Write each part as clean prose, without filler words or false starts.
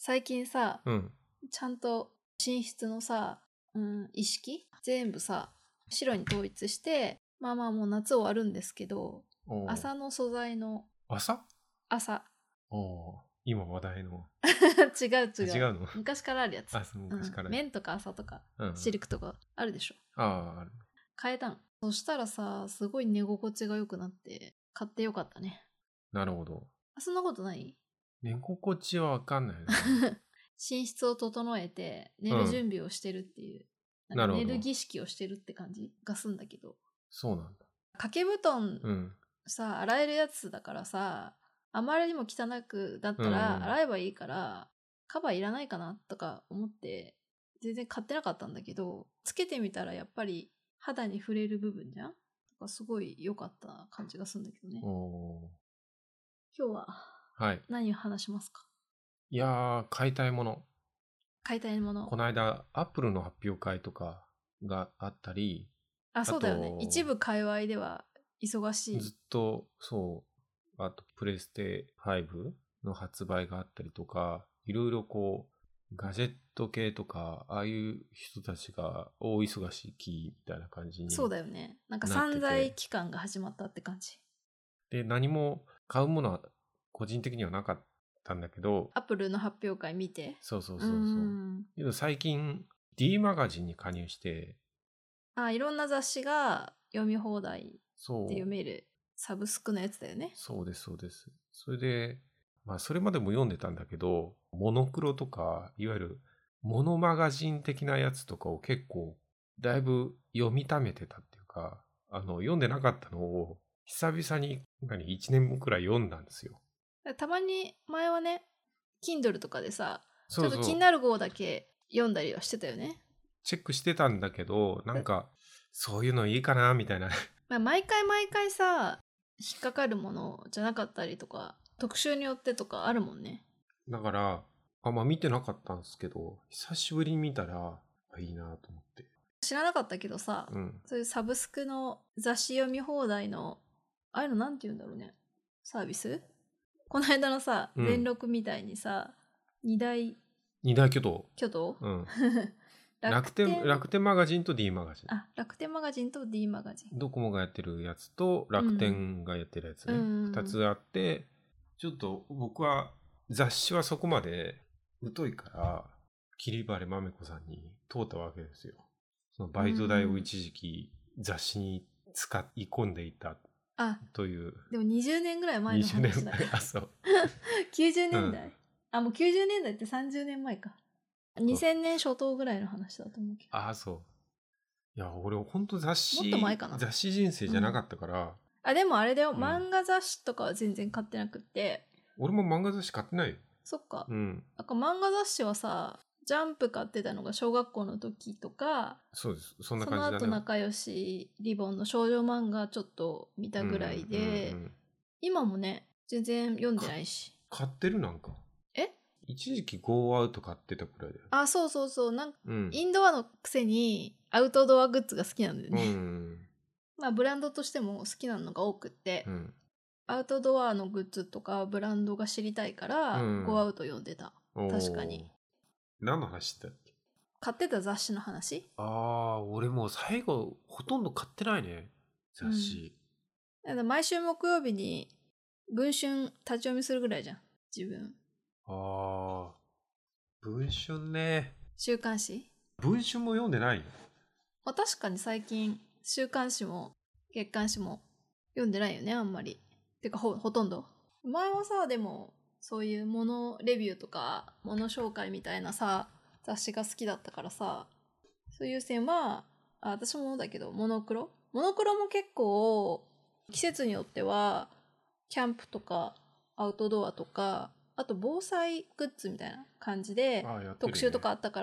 最近さ、 うん。 ちゃんと寝室のさ、意識全部さ、白に統一して、まあもう夏終わるんですけど、朝の素材の朝お今話題の。 違う。 違うの昔からあるやつ。 そう昔から、 綿とか朝とか、 うんシルクとかあるでしょ。 ある。 変えたの。そしたらさ、すごい寝心地が良くなって、買ってよかったね。 なるほど。 そんなことない？ 寝心地は分かんないね。 寝室を整えて寝る準備をしてるっていう、なんか寝る儀式をしてるって感じがすんだけど。 そうなんだ。 掛け布団さ、洗えるやつだからさ、あまりにも汚くだったら洗えばいいから、カバーいらないかなとか思って全然買ってなかったんだけど、つけてみたらやっぱり肌に触れる部分じゃん。だからすごい良かった感じがするんだけどね。今日は何を話しますか？ いやー、買いたいもの。この間、アップルの発表会とかがあったり。 そうだよね。一部界隈では忙しい。 ずっと、そう。あと、プレステ5の発売があったりとか、いろいろこう、ガジェット系とか、ああいう人たちが大忙しきみたいな感じに。 そうだよね。なんか散財期間が始まったって感じ。 で、何も買うものは個人的にはなかったんだけど、 アップルの発表会見て。 そう。けど最近 D マガジンに加入して、 いろんな雑誌が読み放題で読めるサブスクのやつだよね。 そうです。それで、それまでも読んでたんだけど、モノクロとか、いわゆるモノマガジン的なやつとかを結構、だいぶ読みためてたっていうか、読んでなかったのを、久々に1年くらい読んだんですよ。 たまに前はね、Kindle とかでさ、ちょっと気になる号だけ読んだりはしてたよね。 チェックしてたんだけど、なんかそういうのいいかなみたいな。 毎回さ、引っかかるものじゃなかったりとか、特集によってとかあるもんね。 だから見てなかったんですけど、久しぶりに見たらいいなと思って。 知らなかったけどさ、そういうサブスクの雑誌読み放題のああいうのなんて言うんだろうね、サービス。この間のさ、全録みたいにさ、二大巨頭、 楽天マガジンと D マガジン。 楽天マガジンと D マガジン。 ドコモがやってるやつと楽天がやってるやつね。2つあって、ちょっと僕は雑誌はそこまで疎いから、桐原まめ子さんに問うたわけですよ。そのバイト代を一時期雑誌に使い込んでいたという。 でも20年ぐらい前の話だから。 そう。 90年代、もう90年代って30年前か。2000年初頭ぐらいの話だと思うけど。 そう。いや、俺ほんと雑誌人生じゃなかったから。 でもあれだよ、漫画雑誌とかは全然買ってなくって。 俺も漫画雑誌買ってないよ。 そっか。なんか漫画雑誌はさ、ジャンプ買ってたのが小学校の時とか。 そうです。そんな感じだね。 その後仲良しリボンの少女漫画ちょっと見たぐらいで、今もね全然読んでないし。 買ってる？なんか一時期ゴーアウト買ってたくらいだよ。 そうなんか、インドアのくせにアウトドアグッズが好きなんだよね。ブランドとしても好きなのが多くって、アウトドアのグッズとかブランドが知りたいから、ゴーアウト読んでた。確かに。 何の話だっけ？ 買ってた雑誌の話？ 俺もう最後ほとんど買ってないね、雑誌。 毎週木曜日に文春立ち読みするぐらいじゃん、自分。 文春ね。 週刊誌？ 文春も読んでないよ。 確かに最近週刊誌も月刊誌も読んでないよね、あんまり。てか ほとんど。前はさ、でもそういうものレビューとかもの紹介みたいなさ雑誌が好きだったからさ、そういう線は私もだけどモノクロも結構季節によってはキャンプとかアウトドアとか、あと防災グッズみたいな感じで特集とかあったから、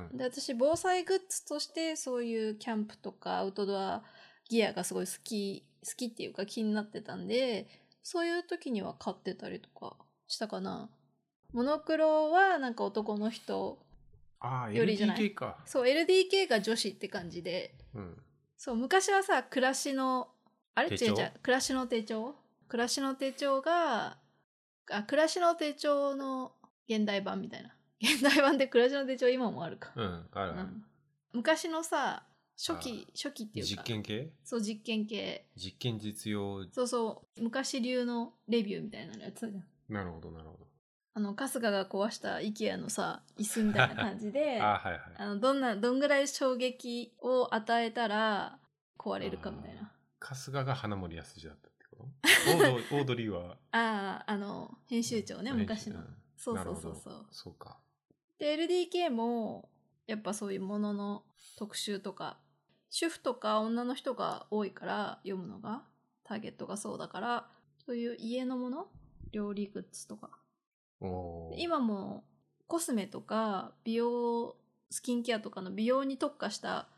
で私防災グッズとしてそういうキャンプとかアウトドアギアがすごい好きっていうか気になってたんで、そういう時には買ってたりとかしたかな。モノクロはなんか男の人よりじゃない？ LDK か。 そう、LDK が女子って感じで、そう昔はさ暮らしの暮らしの手帳が暮らしの手帳の現代版みたいな、 現代版で暮らしの手帳今もあるか。 うん、あるある。 昔のさ、初期っていうか。 実験系？ そう、実験系。 実験実用。 そうそう。昔流のレビューみたいなのやってたじゃん。 なるほど、なるほど。 春日が壊した IKEA のさ、椅子みたいな感じで、 はいはい。 どんぐらい衝撃を与えたら壊れるかみたいな。 春日が花森康だったってことオードリーは編集長ね、昔の。そうそうそうそう。 そうか。 で、LDK も、やっぱそういうものの特集とか、主婦とか女の人が多いから読むのが、ターゲットがそうだから、そういう家のもの、料理グッズとか。今もコスメとか美容、スキンケアとかの美容に特化した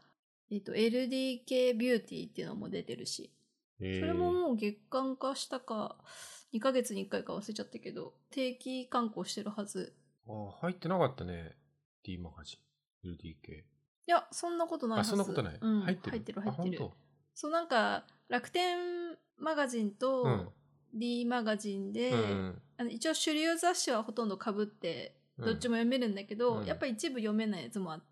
、LDK ビューティーっていうのも出てるし、それももう月間化したか、2ヶ月に1回か忘れちゃったけど、定期刊行してるはず。 入ってなかったね。D マガジン、LDK。いや、そんなことないはず。 そんなことない。入ってる。 入ってる。そう、なんか、楽天マガジンと D マガジンで、一応主流雑誌はほとんど被って、どっちも読めるんだけど、やっぱ一部読めないやつもあって、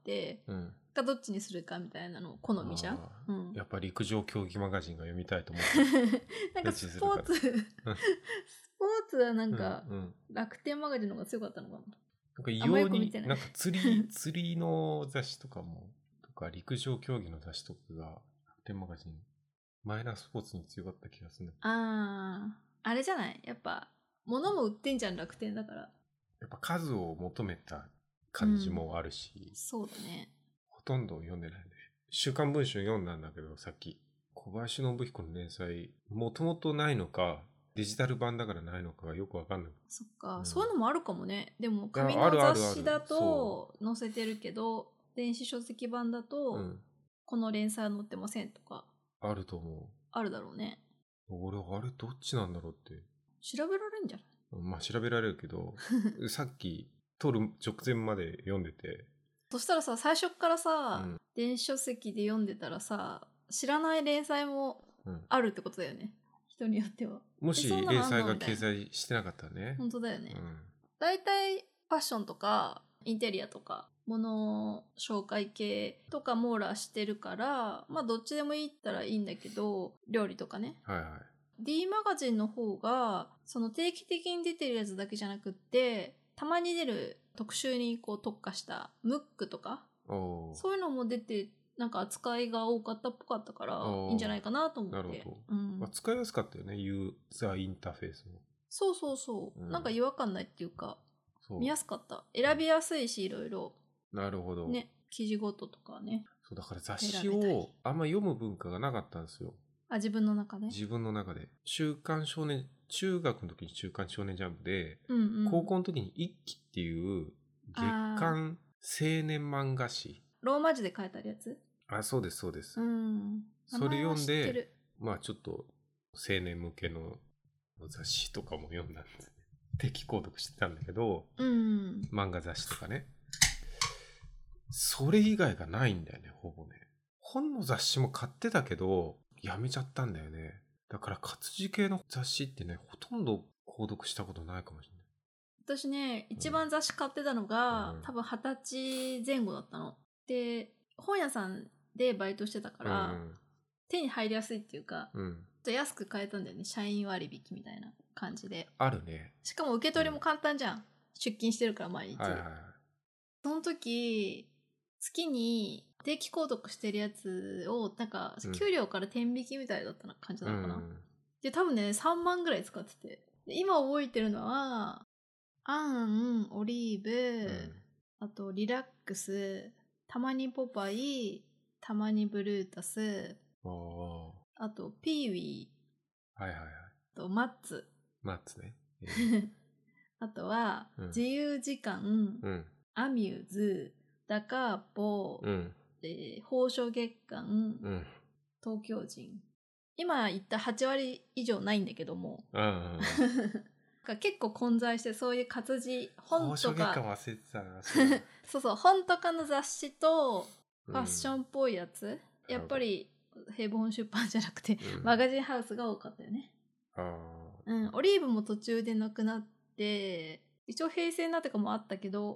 どっちにするかみたいなの好みじゃん。 やっぱ陸上競技マガジンが読みたいと思ってなんかスポーツはなんか、楽天マガジンの方が強かったのかな。 なんか異様に、なんか釣りの雑誌とか陸上競技の雑誌とかが楽天マガジン、マイナースポーツに強かった気がするんだけど。 あれじゃない？やっぱ、物も売ってんじゃん、楽天だから。 やっぱ数を求めた感じもあるし。 そうだね。 ほとんど読んでないね。週刊文春読んだんだけど、さっき。小林信彦の連載、もともとないのか、デジタル版だからないのかがよくわかんない。 そっか、そういうのもあるかもね。でも、紙の雑誌だと載せてるけど、電子書籍版だと、この連載は載ってませんとか。 あると思う。 あるだろうね。 俺、あれどっちなんだろうって。 調べられるんじゃない？ まあ調べられるけど、さっき撮る直前まで読んでて。 そしたらさ、最初からさ、電子書籍で読んでたらさ、知らない連載もあるってことだよね。人によっては。 もし連載が掲載してなかったらね。 本当だよね。だいたいファッションとかインテリアとか物紹介系とか網羅してるから、まあどっちでもいいったらいいんだけど、料理とかね。D マガジンの方がその定期的に出てるやつだけじゃなくって、たまに出る特集にこう特化したムックとかそういうのも出て、なんか扱いが多かったっぽかったからいいんじゃないかなと思って。 なるほど。使いやすかったよね、ユーザーインターフェースも。 そう、なんか違和感ないっていうか、見やすかった。選びやすいし、いろいろ。 なるほど。 ね、記事ごととかね。 そう、だから雑誌をあんま読む文化がなかったんですよ。 自分の中で？ 自分の中で。中学の時に週刊少年ジャンプで、高校の時に一期っていう月刊青年漫画誌。 ローマ字で書いてあるやつ？ そうです、そうです。それ読んで、まあちょっと青年向けの雑誌とかも読んだんですね。定期購読してたんだけど、漫画雑誌とかね。それ以外がないんだよね、ほぼね。本の雑誌も買ってたけど、やめちゃったんだよね。だから活字系の雑誌ってね、ほとんど購読したことないかもしれない。 私ね、一番雑誌買ってたのが、多分20歳前後だったの。で、本屋さんでバイトしてたから、手に入りやすいっていうか、ちょっと安く買えたんだよね。社員割引みたいな感じで。 あるね。 しかも受け取りも簡単じゃん。出勤してるから毎日。その時、月に定期購読してるやつを、なんか、給料から天引きみたいだった感じなのかな。で、多分ね、3万ぐらい使ってて。で今覚えてるのは、アン、オリーブ、あとリラックス、たまにポパイ、たまにブルータス、あとピーウィー、あとマッツ。 マッツね。 あとは、自由時間、アミューズ、ダカーポ、宝書月間、東京人。今言った8割以上ないんだけども。結構混在して、そういう活字、本とか。 宝書月間忘れてたな。 そう、本とかの雑誌と、ファッションっぽいやつ。やっぱり、平凡出版じゃなくて、マガジンハウスが多かったよね。オリーブも途中でなくなって、一応平成になってかもあったけど、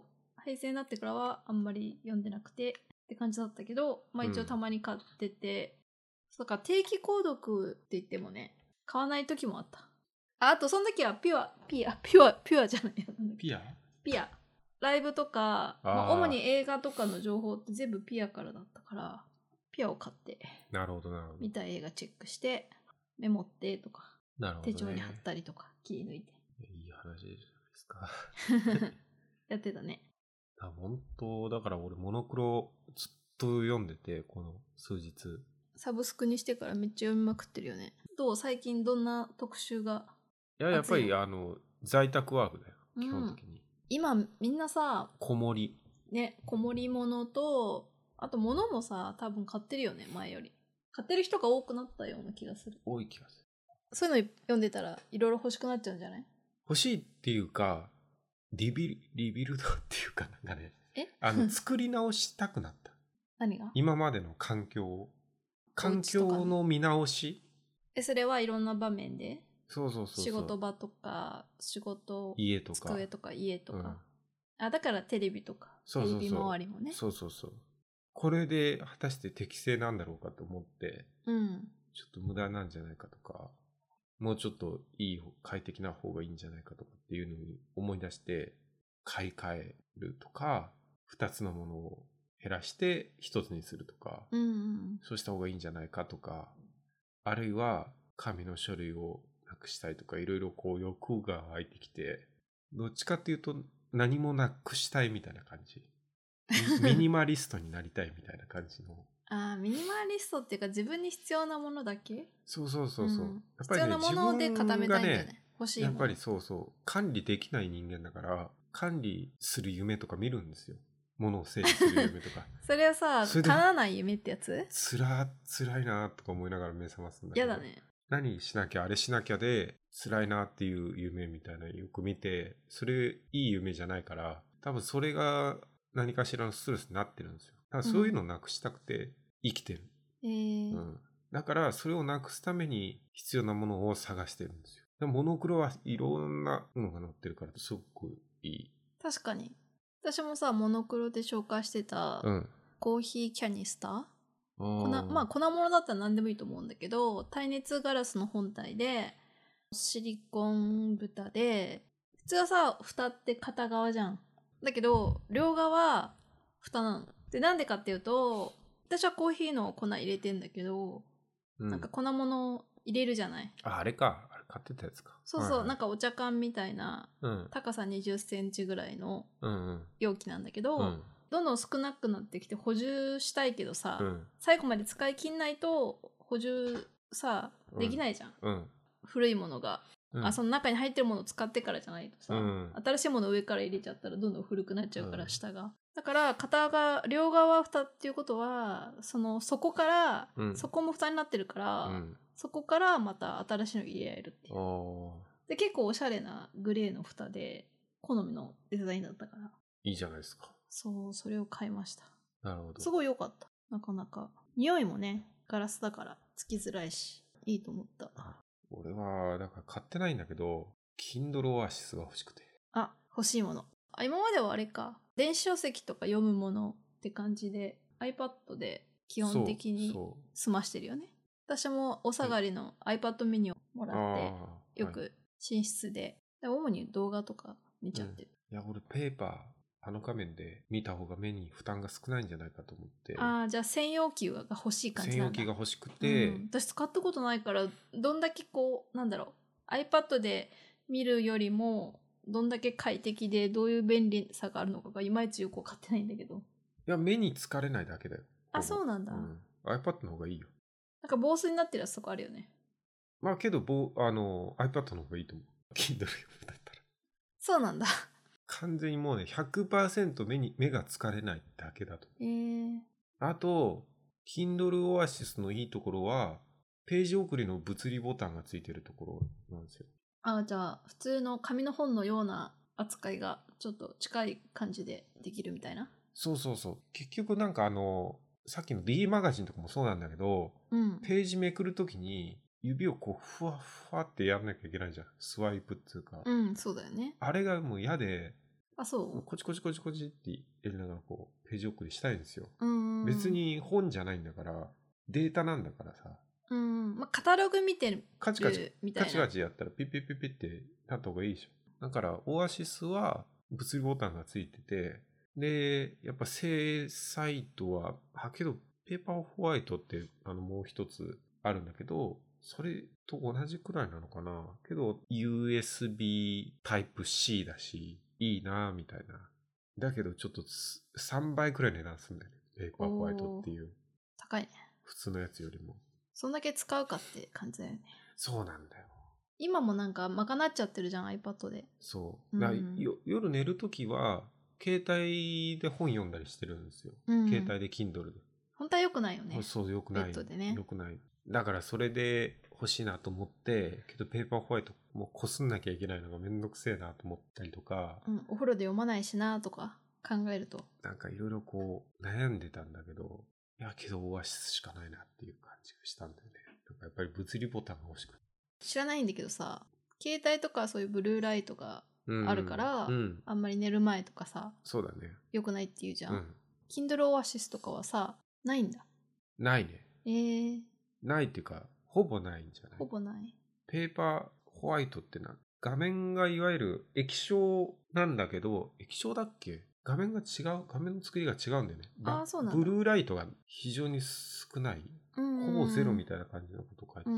平成になってからはあんまり読んでなくてって感じだったけど、まあ一応たまに買ってて、だから定期購読って言ってもね、買わない時もあった。あとその時はピュアじゃないよ。ピア。ライブとか、まあ、主に映画とかの情報って全部ピアからだったから、ピアを買って、 なるほどなるほど。 見た映画チェックして、メモってとか、 なるほど、ね、 手帳に貼ったりとか、切り抜いて。 いい話じゃないですか。 やってたね。 本当だから俺モノクロずっと読んでて、この数日。 サブスクにしてからめっちゃ読みまくってるよね。どう最近どんな特集が？ いや、やっぱり在宅ワークだよ、基本的に。 今みんなさ、 こもりものと、あと物もさ、多分買ってるよね、前より。買ってる人が多くなったような気がする。 多い気がする。 そういうの読んでたらいろいろ欲しくなっちゃうんじゃない？ 欲しいっていうか、リビルドっていうかなんかね、作り直したくなった。 何が？ 今までの環境の見直し。 それはいろんな場面で？ そう仕事場とか、 家とか、 机とか家とか。だからテレビとか、テレビ周りもね。 そう。これで果たして適正なんだろうかと思って、ちょっと無駄なんじゃないかとか、もうちょっと快適な方がいいんじゃないかとかっていうのに思い出して、買い替えるとか、2つのものを減らして1つにするとか、そうした方がいいんじゃないかとか、あるいは紙の書類をなくしたいとか、いろいろ欲が湧いてきて、どっちかっていうと何もなくしたいみたいな感じ。ミニマリストになりたいみたいな感じの。 ミニマリストっていうか自分に必要なものだけ？ そう。やっぱりね、必要なもので固めたいんだよね。欲しいもの。 やっぱり管理できない人間だから、管理する夢とか見るんですよ。物を整理する夢とか。 それはさ、叶わない夢ってやつ？ 辛いなとか思いながら目覚ますんだけど。 やだね。 何しなきゃあれしなきゃで辛いなっていう夢みたいなのよく見て、それいい夢じゃないから、多分それが何かしらのストレスになってるんですよ。だからそういうのをなくしたくて生きてる。だからそれをなくすために必要なものを探してるんですよ。でもモノクロはいろんなものが載ってるからすごくいい。 確かに。私もさ、モノクロで紹介してた、コーヒーキャニスター？粉物だったら何でもいいと思うんだけど、耐熱ガラスの本体でシリコン蓋で、普通はさ、蓋って片側じゃん。だけど両側蓋なの。で、なんでかっていうと、私はコーヒーの粉入れてんだけど、なんか粉物入れるじゃない。 あれか、あれ買ってたやつか。 そう、なんかお茶缶みたいな、高さ20センチぐらいの容器なんだけど、どんどん少なくなってきて補充したいけどさ、最後まで使い切んないと補充さ、できないじゃん。古いものが。その中に入ってるものを使ってからじゃないとさ、新しいものを上から入れちゃったらどんどん古くなっちゃうから、下が。だから両側蓋っていうことは、底から、底も蓋になってるから、そこからまた新しいの入れられるっていう。で、結構おしゃれなグレーの蓋で、好みのデザインだったから。 いいじゃないですか。 そう、それを買いました。 なるほど。 すごい良かった。なかなか。匂いもね、ガラスだからつきづらいし、いいと思った。 俺は、だから買ってないんだけど、Kindle Oasis が欲しくて。 欲しいもの。今まではあれか。電子書籍とか読むものって感じで、iPad で基本的に済ましてるよね。私もお下がりの iPad mini をもらって、よく寝室で、主に動画とか見ちゃってる。 いや、俺ペーパー、画面で見た方が目に負担が少ないんじゃないかと思って。 じゃあ専用機が欲しい感じなんだ。 専用機が欲しくて、 私使ったことないから、どんだけiPad で見るよりも、どんだけ快適でどういう便利さがあるのかがいまいちよくわかってないんだけど。 いや、目に疲れないだけだよ。 そうなんだ。 iPad の方がいいよ。 なんか防水になってるやつとかあるよね。 まあけど、iPad の方がいいと思う。Kindle だったら。 そうなんだ。 完全にもうね、100% 目が疲れないだけだと。あと、Kindle Oasis のいいところは、ページ送りの物理ボタンがついてるところなんですよ。 じゃあ、普通の紙の本のような扱いがちょっと近い感じでできるみたいな。 そう。結局なんかさっきの D マガジンとかもそうなんだけど、ページめくるときに指をふわふわってやんなきゃいけないじゃん。スワイプっていうか。 そうだよね。 あれがもう嫌で、 あ、そうコチコチコチコチってやりながらこうページ送りしたいんですよ。 別に本じゃないんだからデータなんだからさ。 まあ、カタログ見てるカチカチみたいな。 カチカチやったらピッピッピッピッってなった方がいいでしょ。だからオアシスは物理ボタンがついてて、でやっぱ正サイトはけどペーパーホワイトってもう一つあるんだけど、それと同じくらいなのかな。けど USB Type-C だしいいなみたいな。だけどちょっと3倍くらい値段するんだよね。ペーパーホワイトっていう。 高いね。 普通のやつよりも。 そんだけ使うかって感じだよね。 そうなんだよ。 今もなんか賄っちゃってるじゃん、iPad で。 そう。夜寝るときは携帯で本読んだりしてるんですよ。携帯で Kindle で。 本当は良くないよね。 そう、良くない。 ベッドでね。 良くない。だからそれで欲しいなと思って、けどペーパーホワイトもうこすんなきゃいけないのがめんどくせえなと思ったりとか。 お風呂で読まないしなとか考えると。 なんかいろいろこう悩んでたんだけど、いやけどオアシスしかないなっていう感じがしたんだよね。なんかやっぱり物理ボタンが欲しくて。 知らないんだけどさ、携帯とかそういうブルーライトがあるから、あんまり寝る前とかさ、 そうだね。 良くないって言うじゃん。Kindle Oasis とかはさ、ないんだ。 ないね。ないっていうか、ほぼないんじゃない？ ほぼない。 ペーパーホワイトって画面がいわゆる液晶なんだけど、液晶だっけ？画面が違う、画面の作りが違うんだよね。 そうなんだ。 ブルーライトが非常に少ない。ほぼゼロみたいな感じのことを書いてたから。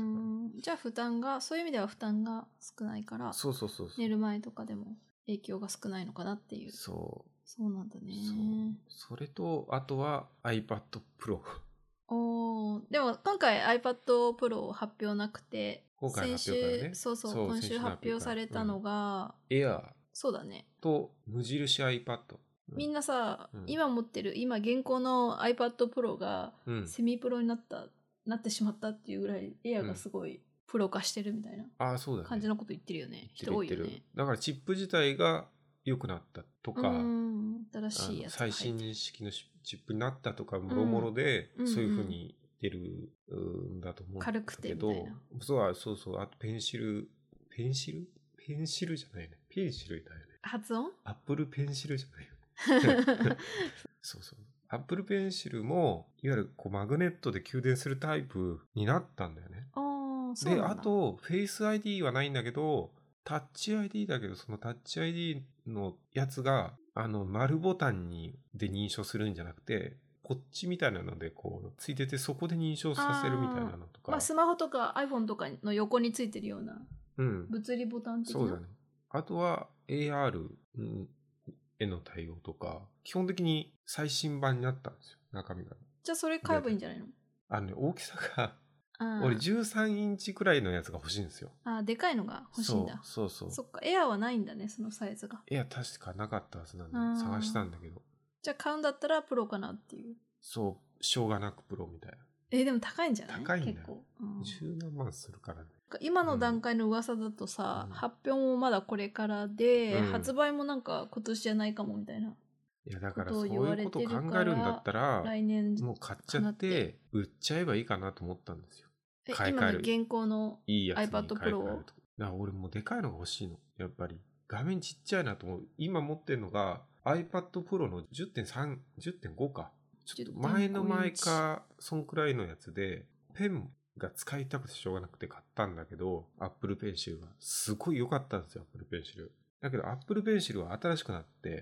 じゃあ負担が、そういう意味では負担が少ないから、 そう寝る前とかでも影響が少ないのかなっていう。そうなんだね。 それと、あとは iPad Pro。 でも今回 iPad Pro 発表なくて、 今回発表からね。 今週発表されたのが、 Air。 そうだね。 と、無印 iPad。 みんなさ、今現行の iPad Pro がセミプロになってしまったっていうぐらい、Air がすごいプロ化してるみたいな感じのこと言ってるよね。人多いよね。 だからチップ自体が良くなったとか、 新しいやつ最新式のチップになったとか、もろもろで、そういうふうに言ってるんだと思うんだけど。軽くてみたいな。そう。あとペンシルじゃないね。ペンシルだよね。 発音？ アップルペンシルじゃないよね。そう。アップルペンシルも、いわゆるマグネットで給電するタイプになったんだよね。で、あと、フェイス ID はないんだけど、タッチ ID だけど、そのタッチ ID のやつが、丸ボタンで認証するんじゃなくて、こっちみたいなので、ついてて、そこで認証させるみたいなのとか。 スマホとか iPhone とかの横についてるような、物理ボタン的な。 そうだね。あとは AR への対応とか、基本的に最新版になったんですよ、中身が。 じゃあそれ買えばいいんじゃないの？ 大きさが、俺13インチくらいのやつが欲しいんですよ。 でかいのが欲しいんだ。 そう。 そっか、エアーはないんだね、そのサイズが。 エア確かなかったはずなんで、探したんだけど。 じゃあ買うんだったらプロかなっていう。 そう、しょうがなくプロみたいな。 でも高いんじゃない？ 高いんだよ。 結構。 10何万するからね。 今の段階の噂だとさ、発表もまだこれからで、発売もなんか今年じゃないかもみたいな。 いやだからそういうことを考えるんだったら、 来年もう買っちゃって売っちゃえばいいかなと思ったんですよ。 今の現行の iPad Pro を。 俺もうでかいのが欲しいの。やっぱり画面ちっちゃいなと思う。今持ってるのが iPad Pro の 10.3、10.5 か。ちょっと前かそんくらいのやつで、ペンが使いたくてしょうがなくて買ったんだけど、Apple Pencil がすごい良かったんですよ、Apple Pencil。だけど Apple Pencil は新しくなって、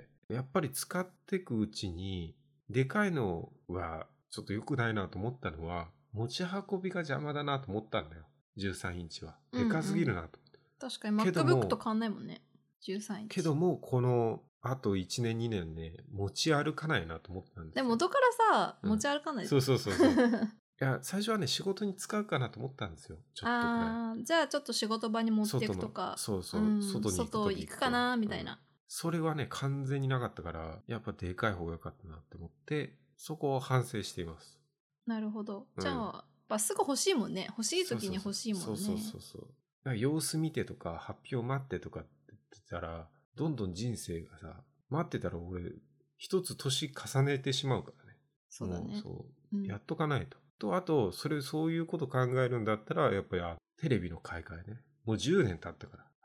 やっぱり使っていくうちに、でかいのはちょっと良くないなと思ったのは、持ち運びが邪魔だなと思ったんだよ。13インチは。でかすぎるなと。 確かに MacBook と変わんないもんね。13インチ。 けども、この、あと1年2年ね、持ち歩かないなと思ったんですよ。 でも元からさ、持ち歩かない。 そう。いや、最初はね、仕事に使うかなと思ったんですよ。ちょっとくらい。 じゃあちょっと仕事場に持っていくとか。 そう。 外行くかなみたいな。 それはね、完全になかったから、やっぱでかい方が良かったなって思って、そこを反省しています。 なるほど。じゃあ、すぐ欲しいもんね。欲しい時に欲しいもんね。 そう。だから様子見てとか、発表待ってとかって言ってたら、どんどん人生がさ、待ってたら俺、一つ年重ねてしまうからね。 そうだね。 やっとかないと。あと、そういうこと考えるんだったら、やっぱりテレビの買い替えね。もう10年経ったから。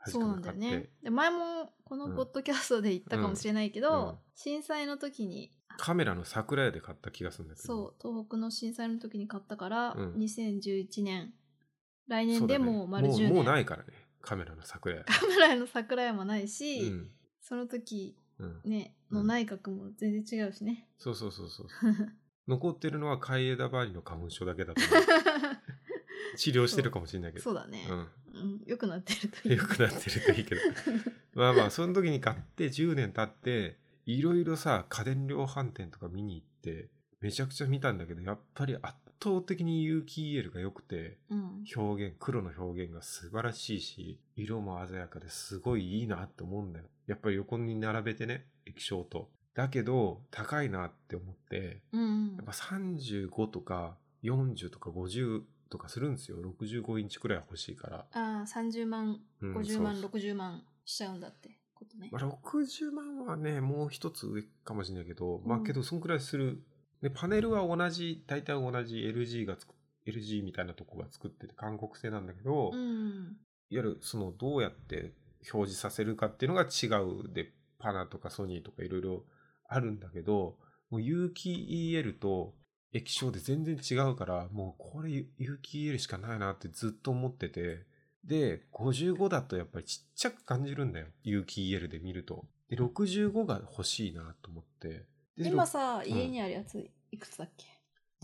そうなんだよね。で前もこのポッドキャストで言ったかもしれないけど、震災の時にカメラの桜屋で買った気がするんだけど。 そう、東北の震災の時に買ったから、2011年来年でもう丸10年。 もうないからね、カメラの桜屋。 カメラの桜屋もないし、その時ね、の内閣も全然違うしね。 そう。残ってるのは海江田バーリの花粉症だけだと思う。治療してるかもしれないけど。 そうだね。良くなってるといい。 良くなってるといいけど。まあその時に買って10年経って、いろいろさ、家電量販店とか見に行って、めちゃくちゃ見たんだけど、やっぱり圧倒的に有機 EL が良くて、黒の表現が素晴らしいし、色も鮮やかですごいいいなって思うんだよ。やっぱり横に並べてね、液晶と。だけど、高いなって思って、やっぱ35とか40とか50とかするんですよ。65インチくらい欲しいから。 30万、50万、60万しちゃうんだってことね。 60万はね、もう一つ上かもしれないけど、けどそんくらいする。で、パネルは大体同じ LG みたいなとこが作ってて韓国製なんだけど、いわゆるどうやって表示させるかっていうのが違うで、パナとかソニーとかいろいろあるんだけど、もう有機 EL と液晶で全然違うから、もうこれ有機 EL しかないなってずっと思ってて、で、55だとやっぱりちっちゃく感じるんだよ。有機 EL で見ると。で、65が欲しいなと思って。 今さ、家にあるやついくつだっけ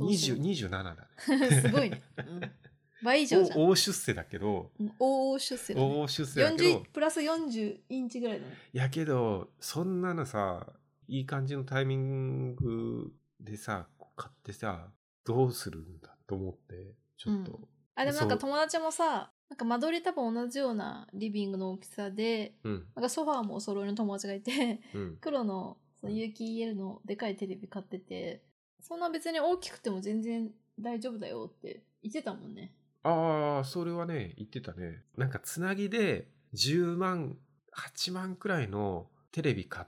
？27だね。 すごいね。倍以上じゃん。 大出世だけど。 大出世だね。 大出世だけど。 プラス40インチぐらいだね。 やけど、そんなのさ、いい感じのタイミングでさ、買ってさ、どうするんだと思って、ちょっと。 でもなんか友達もさ、なんか間取り多分同じようなリビングの大きさで、なんかソファーもお揃いの友達がいて、黒の有機 EL のでかいテレビ買ってて、そんな別に大きくても全然大丈夫だよって言ってたもんね。 それはね、言ってたね。なんかつなぎで10万、8万くらいのテレビ買って、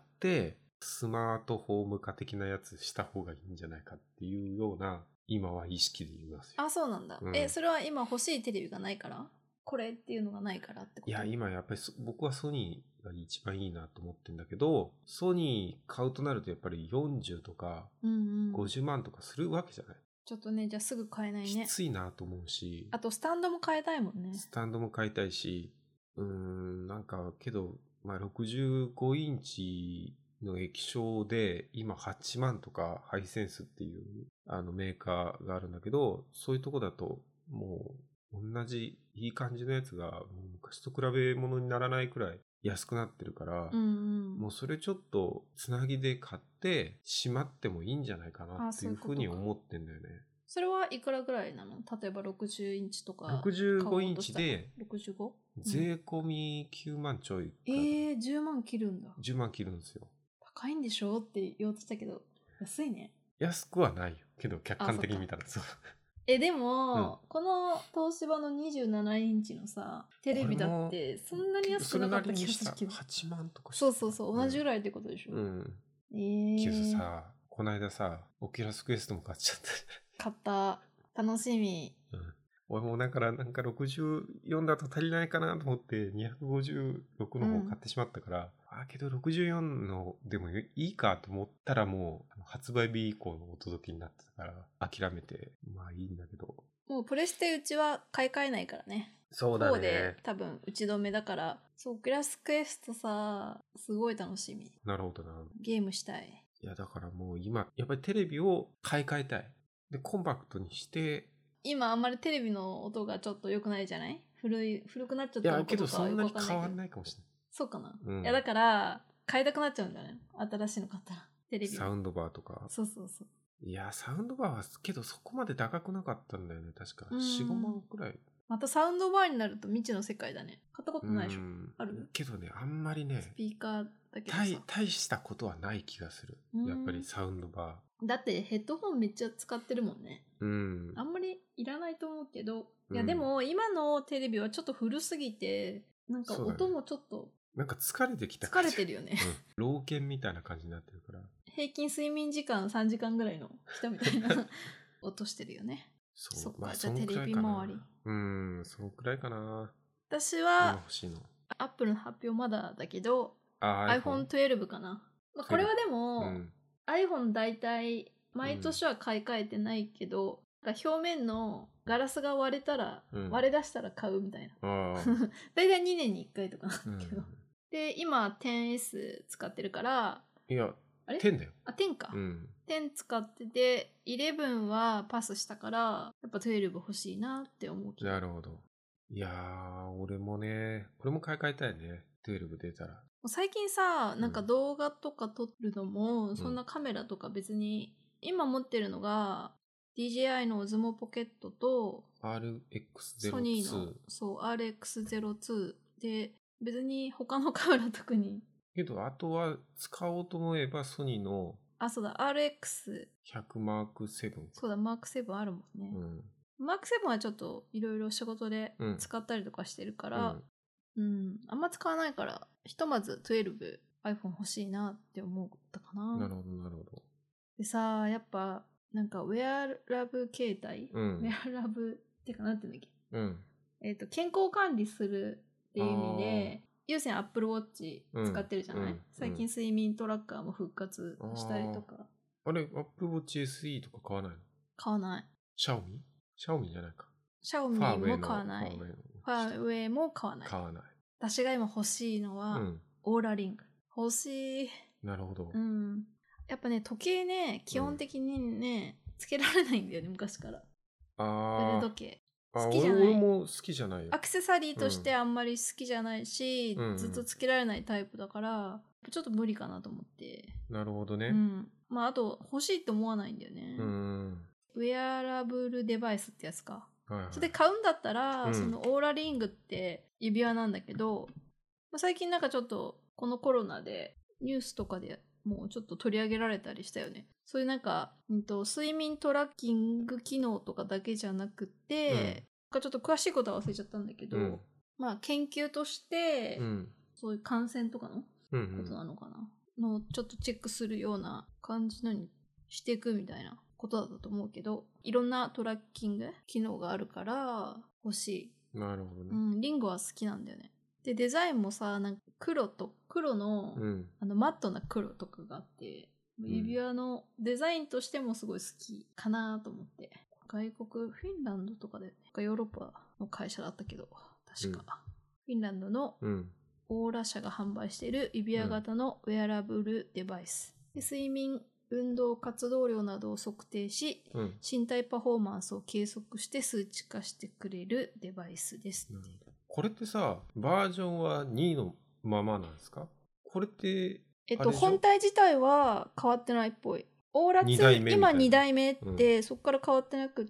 スマートフォーム化的なやつした方がいいんじゃないかっていうような、今は意識で言いますよ。 そうなんだ。それは今欲しいテレビがないからこれっていうのがないからってこと？ いや、今やっぱり僕はソニーが一番いいなと思ってんだけど、ソニー買うとなるとやっぱり40とか50万とかするわけじゃない。 ちょっとね、じゃあすぐ買えないね。 きついなと思うし。 あとスタンドも買いたいもんね。 スタンドも買いたいし、なんかけど、65インチの液晶で今8万とかハイセンスっていうメーカーがあるんだけど、そういうとこだともう同じいい感じのやつが昔と比べ物にならないくらい安くなってるから、もうそれちょっとつなぎで買ってしまってもいいんじゃないかなっていうふうに思ってんだよね。 それはいくらぐらいなの？例えば60インチとか。 65インチで 65？ 税込み9万ちょい。 10万切るんだ。 10万切るんですよ。 高いんでしょって言おうとしたけど、安いね。 安くはないよ。けど客観的に見たらそう。 でも、この東芝の27インチのさ、テレビだってそんなに安くなかった気がするけど。 8万とかして。そう、同じぐらいってことでしょ。 けどさ、この間さ、オキュラスクエストも買っちゃった。 買った。楽しみ。 俺もなんか64だと足りないかなと思って256の方買ってしまったから、けど64のでもいいかと思ったらもう発売日以降のお届けになってたから諦めて、いいんだけど。 もうプレステうちは買い替えないからね。 そうだね。 4で多分打ち止めだから、オキュラスクエストさ、すごい楽しみ。 なるほどな。 ゲームしたい。 いやだからもう今、やっぱりテレビを買い替えたい。で、コンパクトにして、 今あんまりテレビの音がちょっと良くないじゃない？古くなっちゃったのか。 いや、けどそんなに変わんないかもしれない。 そうかな。いや、だから、変えたくなっちゃうんだね。新しいの買ったら。テレビ。 サウンドバーとか。 そう。 いや、サウンドバーは、けどそこまで高くなかったんだよね。確か。4、5万くらい。 またサウンドバーになると未知の世界だね。買ったことないでしょ？ある？ けどね、あんまりね。 スピーカーだけどさ。 大したことはない気がする。やっぱりサウンドバー。だってヘッドホンめっちゃ使ってるもんね。 あんまりいらないと思うけど。いやでも今のテレビはちょっと古すぎて、なんか音もちょっと。 なんか疲れてきた。 疲れてるよね。 老犬みたいな感じになってるから。 平均睡眠時間3時間ぐらいの人みたいな音してるよね。 そう。 じゃあテレビ周り。 そのくらいかな。 私は、 アップルの発表まだだけど、iPhone 12かな。まあ、これはでも、iPhone 大体毎年は買い替えてないけど、表面のガラスが割れたら、割れ出したら買うみたいな。大体2年に1回とかなんだけど。で、今 10S 使ってるから、 いや、あれ 10だよ。 あ、10か。10使ってて、11はパスしたから、やっぱ12欲しいなって思うけど。 なるほど。いやー、俺も買い替えたいね。12出たら。 最近さ、なんか動画とか撮るのも、そんなカメラとか別に、今持ってるのが、DJI の Osmo Pocket と RX02 ソニーのそう RX02 で別に他のカメラ特にけどあとは使おうと思えばソニーのそうだ RX100 マーク7 そうだマーク7あるもんね、マーク7はちょっといろいろ仕事で使ったりとかしてるから、あんま使わないからひとまず12 iPhone 欲しいなって思ったかな。 なるほどなるほど。 でさやっぱなんかウェアラブ携帯、ウェアラブってかなんて言うんだっけ、健康管理するっていう意味で有線 Apple Watch 使ってるじゃない、最近睡眠トラッカーも復活したりとか。 あれ Apple Watch SE とか買わないの？ 買わない。 シャオミじゃないか。 シャオミも買わない。ファーウェイも買わない。私が今欲しいのは、オーラリング。欲しい。 なるほど。 やっぱね、時計ね、基本的にね、つけられないんだよね、昔から。腕時計。好きじゃない。 俺も好きじゃないよ。 アクセサリーとしてあんまり好きじゃないし、ずっとつけられないタイプだから、ちょっと無理かなと思って。 なるほどね。 まあ、あと、欲しいと思わないんだよね。ウェアラブルデバイスってやつか。それで買うんだったら、そのオーラリングって指輪なんだけど、最近なんかちょっと、このコロナでニュースとかでもうちょっと取り上げられたりしたよね。そういうなんか、睡眠トラッキング機能とかだけじゃなくて、ちょっと詳しいことは忘れちゃったんだけど、まあ研究として、そういう感染とかのことなのかな、のちょっとチェックするような感じのにしていくみたいなことだったと思うけど、いろんなトラッキング機能があるから欲しい。 なるほどね。 リンゴは好きなんだよね。でデザインもさ、なんか黒の、マットな黒とかがあって、指輪のデザインとしてもすごい好きかなと思って。外国フィンランドとかでヨーロッパの会社だったけど確か、フィンランドのオーラ社が販売している指輪型のウェアラブルデバイスで、睡眠運動活動量などを測定し、身体パフォーマンスを計測して数値化してくれるデバイスです。 これってさ、バージョンは2のままなんですか？これって本体自体は変わってないっぽい。オーラ2今2代目って、そこから変わってなくって、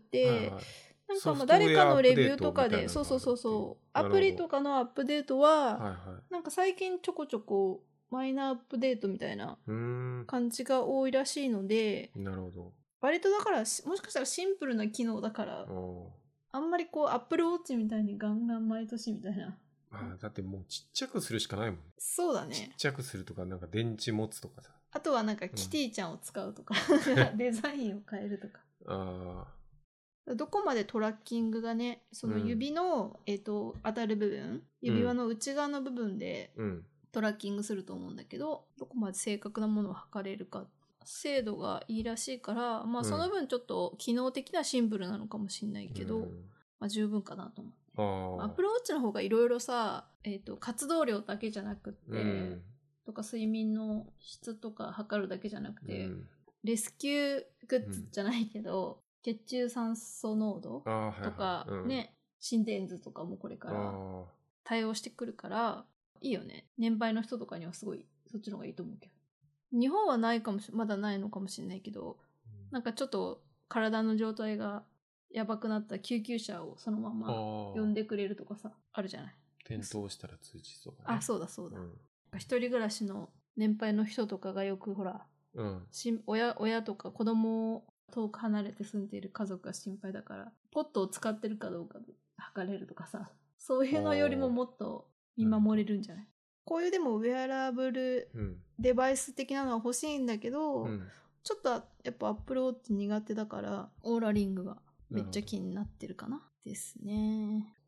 なんかもう誰かのレビューとかでそうアプリとかのアップデートは、なんか最近ちょこちょこマイナーアップデートみたいな感じが多いらしいので、 なるほど。 割とだからもしかしたらシンプルな機能だからあんまりこうアップルウォッチみたいにガンガン毎年みたいな。 だってもうちっちゃくするしかないもん。 そうだね。 ちっちゃくするとか、なんか電池持つとかさ。 あとはなんかキティちゃんを使うとか、デザインを変えるとか。どこまでトラッキングがね、その指の、当たる部分、指輪の内側の部分でトラッキングすると思うんだけど、どこまで正確なものを測れるか、精度がいいらしいから、まあその分ちょっと機能的なシンプルなのかもしれないけど、まあ十分かなと思って。アップルウォッチの方がいろいろさ、活動量だけじゃなくって、とか睡眠の質とか測るだけじゃなくて、レスキューグッズじゃないけど、血中酸素濃度とかね、心電図とかもこれから対応してくるからいいよね。年配の人とかにはすごいそっちの方がいいと思うけど、日本はないかもまだないのかもしれないけど、なんかちょっと体の状態がやばくなった救急車をそのまま呼んでくれるとかさ、あるじゃない。 転倒したら通知とか、 ね、そうだ、一人暮らしの年配の人とかがよくほら、親とか子供を遠く離れて住んでいる家族が心配だから、ポットを使ってるかどうかで測れるとかさ、そういうのよりももっと見守れるんじゃない？こういうでもウェアラブルデバイス的なのは欲しいんだけど、ちょっとやっぱアップルウォッチ苦手だからオーラリングがめっちゃ気になってるかなですね。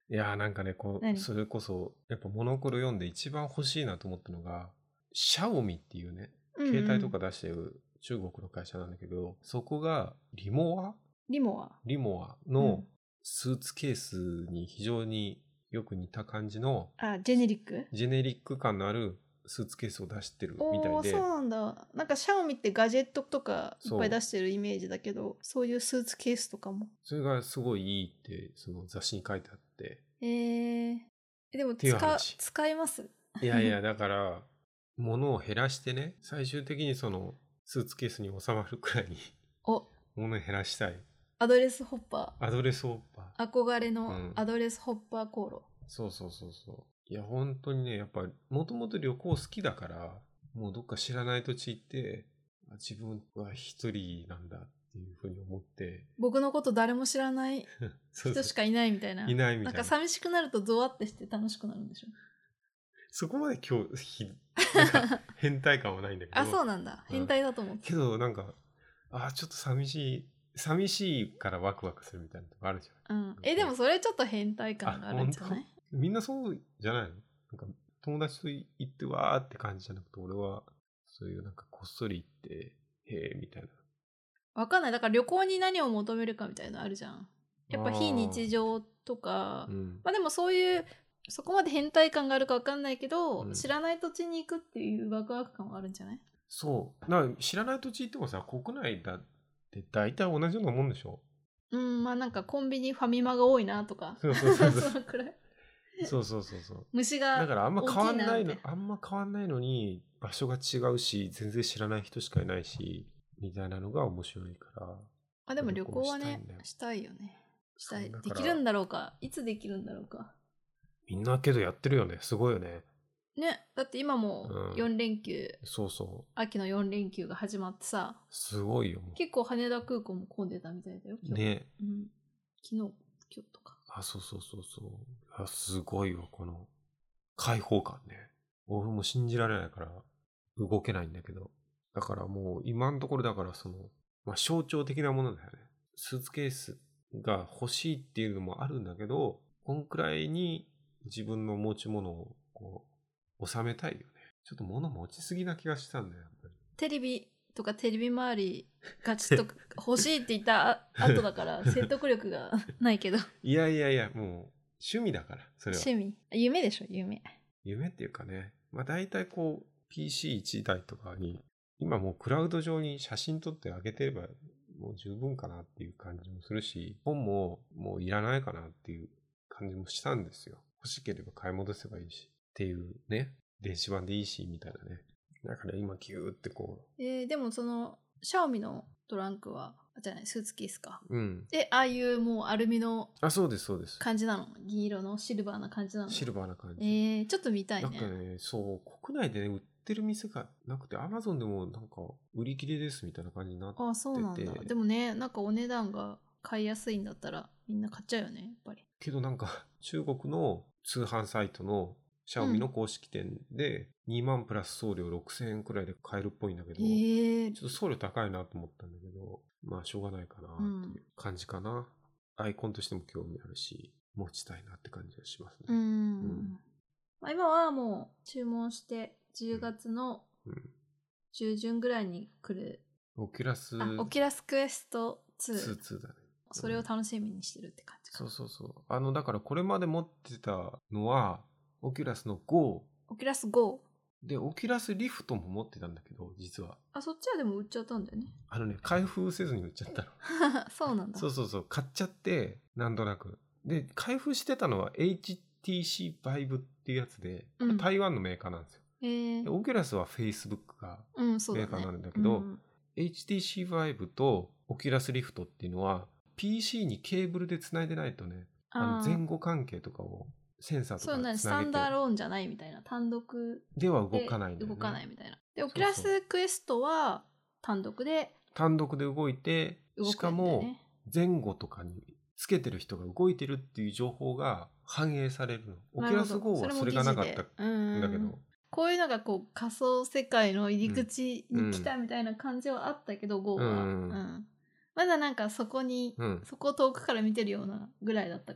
いやーなんかね、 何それこそ、やっぱモノクロ読んで一番欲しいなと思ったのが、シャオミっていうね、携帯とか出してる中国の会社なんだけど、そこがリモアのスーツケースに非常によく似た感じの、 ジェネリック感のあるスーツケースを出してるみたいで。 そうなんだ。なんかシャオミってガジェットとかいっぱい出してるイメージだけど、そういうスーツケースとかも。 それがすごいいいってその雑誌に書いてあって。 でも使います？ いやいや、だから物を減らしてね、最終的にそのスーツケースに収まるくらいに物を減らしたい。 アドレスホッパー。憧れのアドレスホッパー航路。 そう。いや、本当にね、やっぱ、もともと旅行好きだから、もうどっか知らない土地行って、自分は一人なんだっていうふうに思って。 僕のこと誰も知らない人しかいないみたいな。なんか寂しくなるとゾワってして楽しくなるんでしょ。 そこまで変態感はないんだけど。 そうなんだ。変態だと思って。 けど、なんか、ちょっと寂しいからワクワクするみたいなとこあるじゃん。 でもそれちょっと変態感があるんじゃない？ みんなそうじゃないの？なんか友達と行ってわーって感じじゃなくて、俺はそういうなんかこっそり行ってへーみたいな。 わかんない。だから旅行に何を求めるかみたいなのあるじゃん。やっぱ非日常とか、でもそういうそこまで変態感があるかわかんないけど、知らない土地に行くっていうワクワク感はあるんじゃない？ そう。だから知らない土地行ってもさ、国内だって大体同じようなもんでしょ？ なんかコンビニファミマが多いなとか。 そうそのくらい。 そう。 虫がだからあんま変わんないのに場所が違うし、全然知らない人しかいないし、みたいなのが面白いから。 でも旅行はね、したいよね。したい。できるんだろうか。いつできるんだろうか。 みんなけどやってるよね。すごいよね。 ね。だって今も4連休。 そう。 秋の4連休が始まってさ。 すごいよ。 結構羽田空港も混んでたみたいだよ。 ね。 昨日、今日とか。 そう。すごいわ、この開放感ね。俺も信じられないから動けないんだけど。だからもう今のところだから象徴的なものだよね。スーツケースが欲しいっていうのもあるんだけど、こんくらいに自分の持ち物を収めたいよね。ちょっと物持ちすぎな気がしたんだよ、やっぱり。 テレビとかテレビ周りがちょっと欲しいって言った後だから説得力がないけど。 いや、もう趣味だから、それは。 趣味。夢でしょ、夢。 夢っていうかね。大体PC1 台とかに、今もうクラウド上に写真撮ってあげてればもう十分かなっていう感じもするし、本ももういらないかなっていう感じもしたんですよ。欲しければ買い戻せばいいし。っていうね。電子版でいいし、みたいなね。だから今ギューってでもその、シャオミのトランクは、じゃない、スーツケースか。ああいうもうアルミのそうです。 感じなの？銀色のシルバーな感じなの？ シルバーな感じ。 ちょっと見たいね。 なんかね、そう、国内でね、売ってる店がなくて、アマゾンでもなんか売り切れですみたいな感じになってて。 そうなんだ。でもね、なんかお値段が買いやすいんだったらみんな買っちゃうよね、やっぱり。 けどなんか中国の通販サイトのシャオミの公式店で2万プラス送料6000円くらいで買えるっぽいんだけど、ちょっと送料高いなと思ったんだけど、しょうがないかなっていう感じかな。アイコンとしても興味あるし、持ちたいなって感じがしますね。 今はもう注文して10月の中旬ぐらいに来る。オキュラスクエスト2。 だね。 それを楽しみにしてるって感じか。 そう。だからこれまで持ってたのは、オキュラスの GO。 オキュラス GO。 で、オキュラスリフトも持ってたんだけど、実は。 そっちはでも売っちゃったんだよね。 開封せずに売っちゃったの。 そうなんだ。 そう。買っちゃって、なんとなく。で、開封してたのは HTC Vive っていうやつで、台湾のメーカーなんですよ。オキュラスは Facebook がメーカーなんだけど、HTC Vive とオキュラスリフトっていうのは、PC にケーブルでつないでないとね、前後関係とかをセンサーとかつなげて、 スタンダーローンじゃないみたいな、単独では動かないんだよね。 動かないみたいな。で、オキュラスクエストは単独で動いて、しかも前後とかにつけてる人が動いてるっていう情報が反映されるの。オキュラス GO はそれがなかったんだけど。 こういうのが仮想世界の入り口に来たみたいな感じはあったけど、GO は。まだなんかそこを遠くから見てるようなぐらいだったから。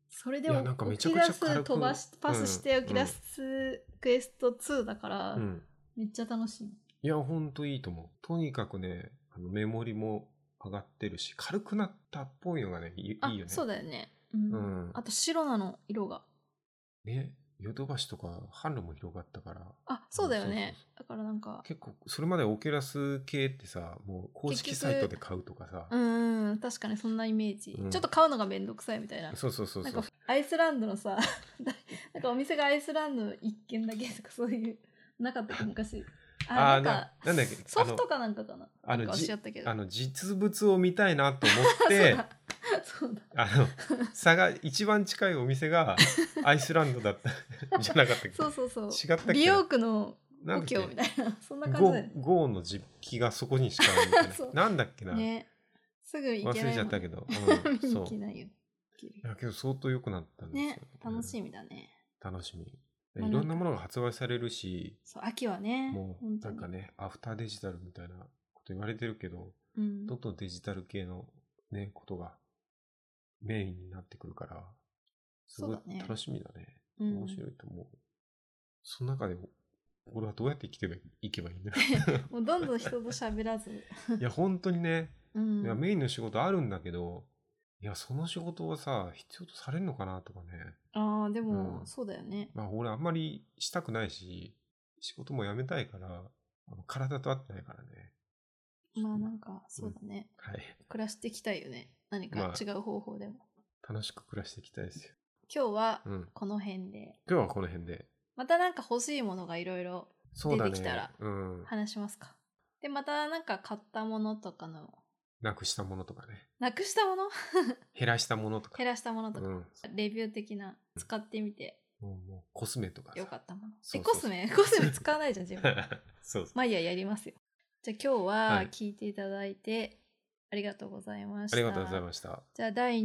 それでいやなんかめ起き出ちゃくちゃ軽すく飛ばしパスして起き出すクエスト2だから、 うんめっちゃ楽しい。 いやほんといいと思う。とにかくねメモリも上がってるし軽くなったっぽいのがねいいよね。 そうだよね、うんあと白なの色がねヨドバシとか販路も広がったから。 そうだよね。だからなんか結構それまでオキュラス系ってさもう公式サイトで買うとかさ確かにそんなイメージ、ちょっと買うのがめんどくさいみたいな。 そうなんかアイスランドのさなんかお店がアイスランドの一軒だけとかそういうなかったっけ昔。なんかなんだっけソフトかなんかかな。なんかおっしゃったけど実物を見たいなと思ってそうだ差が一番近いお店がアイスランドだったじゃなかったっけ。 そう違ったっけ。 美容区の故郷みたいなそんな感じだよね。 ゴーの実機がそこにしかないみたいななんだっけな、 ね、すぐ行けないもん、 忘れちゃったけど、 見に行けないよ。 いやけど相当良くなったんですよね。楽しみだね。 楽しみ。いろんなものが発売されるし、 そう秋はねもうなんかねアフターデジタルみたいなこと言われてるけど、どんどんデジタル系のねことがメインになってくるからすごい楽しみだね。面白いと思う。その中で俺はどうやって生きていけばいいんだもうどんどん人と喋らずいや本当にね、いやメインの仕事あるんだけど、いやその仕事をさ必要とされるのかなとかね。 でも、そうだよね。 まあ俺あんまりしたくないし仕事も辞めたいから体と合ってないからね。 まあなんかそうだね、 はい、 暮らしていきたいよね。何か違う方法でも、 楽しく暮らしていきたいですよ。 今日はこの辺で、 今日はこの辺でまたなんか欲しいものがいろいろ出てきたら話しますか。でまたなんか買ったものとかのなくしたものとかね。 なくしたもの減らしたものとか。 減らしたものとか、レビュー的な使ってみて。 もうコスメとかよかったもの。コスメ使わないじゃん自分。 そうまあいいや、やりますよ。じゃあ今日は聞いていただいてありがとうございました。 ありがとうございました。 じゃあ第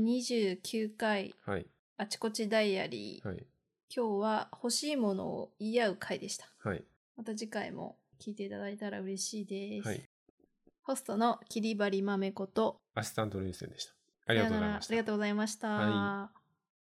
29回、あちこちダイアリー、今日は欲しいものを言い合う回でした。また次回も聞いていただいたら嬉しいです。ホストの切り張り豆ことアシスタントルイセンでした。ありがとうございました。 ありがとうございました。